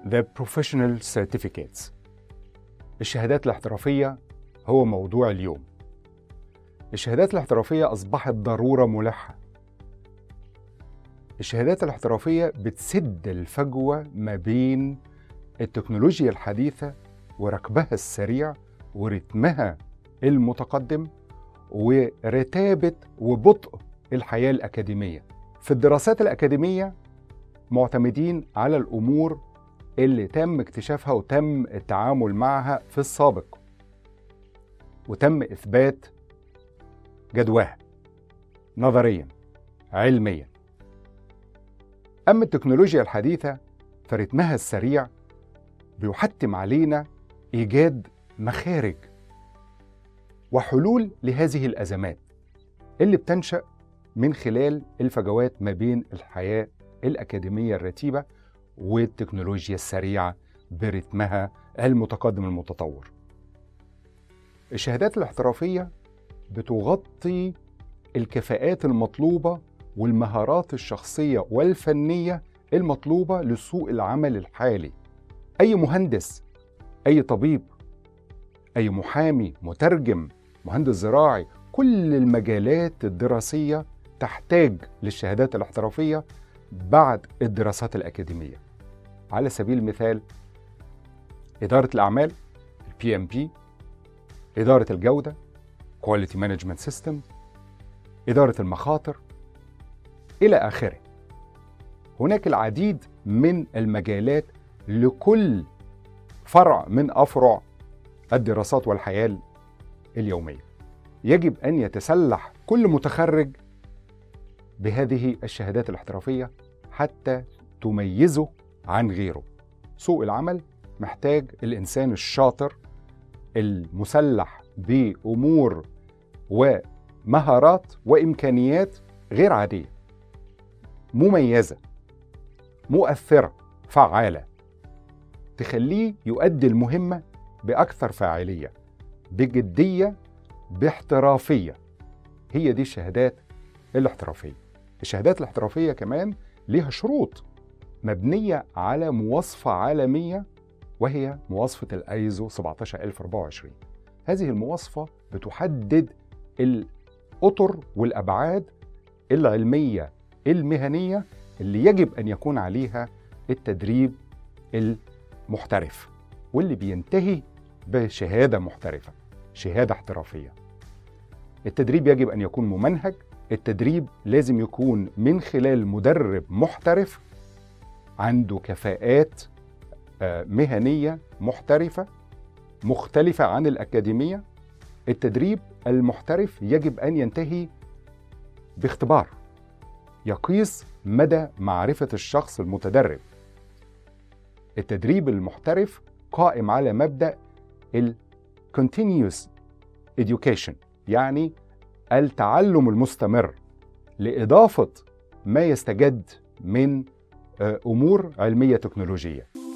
The Professional Certificates. الشهادات الاحترافية هو موضوع اليوم. الشهادات الاحترافية أصبحت ضرورة ملحة. الشهادات الاحترافية بتسد الفجوة ما بين التكنولوجيا الحديثة وركبها السريع ورتمها المتقدم ورتابة وبطء الحياة الأكاديمية. في الدراسات الأكاديمية معتمدين على الأمور اللي تم اكتشافها وتم التعامل معها في السابق وتم إثبات جدواها نظريا علميا. أما التكنولوجيا الحديثة فرتمها السريع بيحتم علينا إيجاد مخارج وحلول لهذه الأزمات اللي بتنشأ من خلال الفجوات ما بين الحياة الأكاديمية الرتيبة والتكنولوجيا السريعة برتمها المتقدم المتطور. الشهادات الاحترافية بتغطي الكفاءات المطلوبة والمهارات الشخصية والفنية المطلوبة لسوق العمل الحالي. أي مهندس، أي طبيب، أي محامي، مترجم، مهندس زراعي، كل المجالات الدراسية تحتاج للشهادات الاحترافية بعد الدراسات الأكاديمية. على سبيل المثال إدارة الأعمال PMP، إدارة الجودة Quality Management System، إدارة المخاطر إلى آخره. هناك العديد من المجالات لكل فرع من أفرع الدراسات والحياة اليومية. يجب أن يتسلح كل متخرج بهذه الشهادات الاحترافية حتى تميزه عن غيره. سوق العمل محتاج الإنسان الشاطر المسلح بأمور ومهارات وإمكانيات غير عادية، مميزة، مؤثرة، فعالة، تخليه يؤدي المهمة بأكثر فاعلية، بجدية، باحترافية. هي دي الشهادات الاحترافية. الشهادات الاحترافية كمان ليها شروط مبنية على مواصفة عالمية وهي مواصفة الأيزو 17024. هذه المواصفة بتحدد الأطر والأبعاد العلمية المهنية اللي يجب أن يكون عليها التدريب المحترف، واللي بينتهي بشهادة محترفة، شهادة احترافية. التدريب يجب أن يكون ممنهج. التدريب لازم يكون من خلال مدرب محترف عنده كفاءات مهنية محترفة مختلفة عن الأكاديمية. التدريب المحترف يجب أن ينتهي باختبار يقيس مدى معرفة الشخص المتدرب. التدريب المحترف قائم على مبدأ Continuous Education، يعني التعلم المستمر لإضافة ما يستجد من أمور علمية تكنولوجية.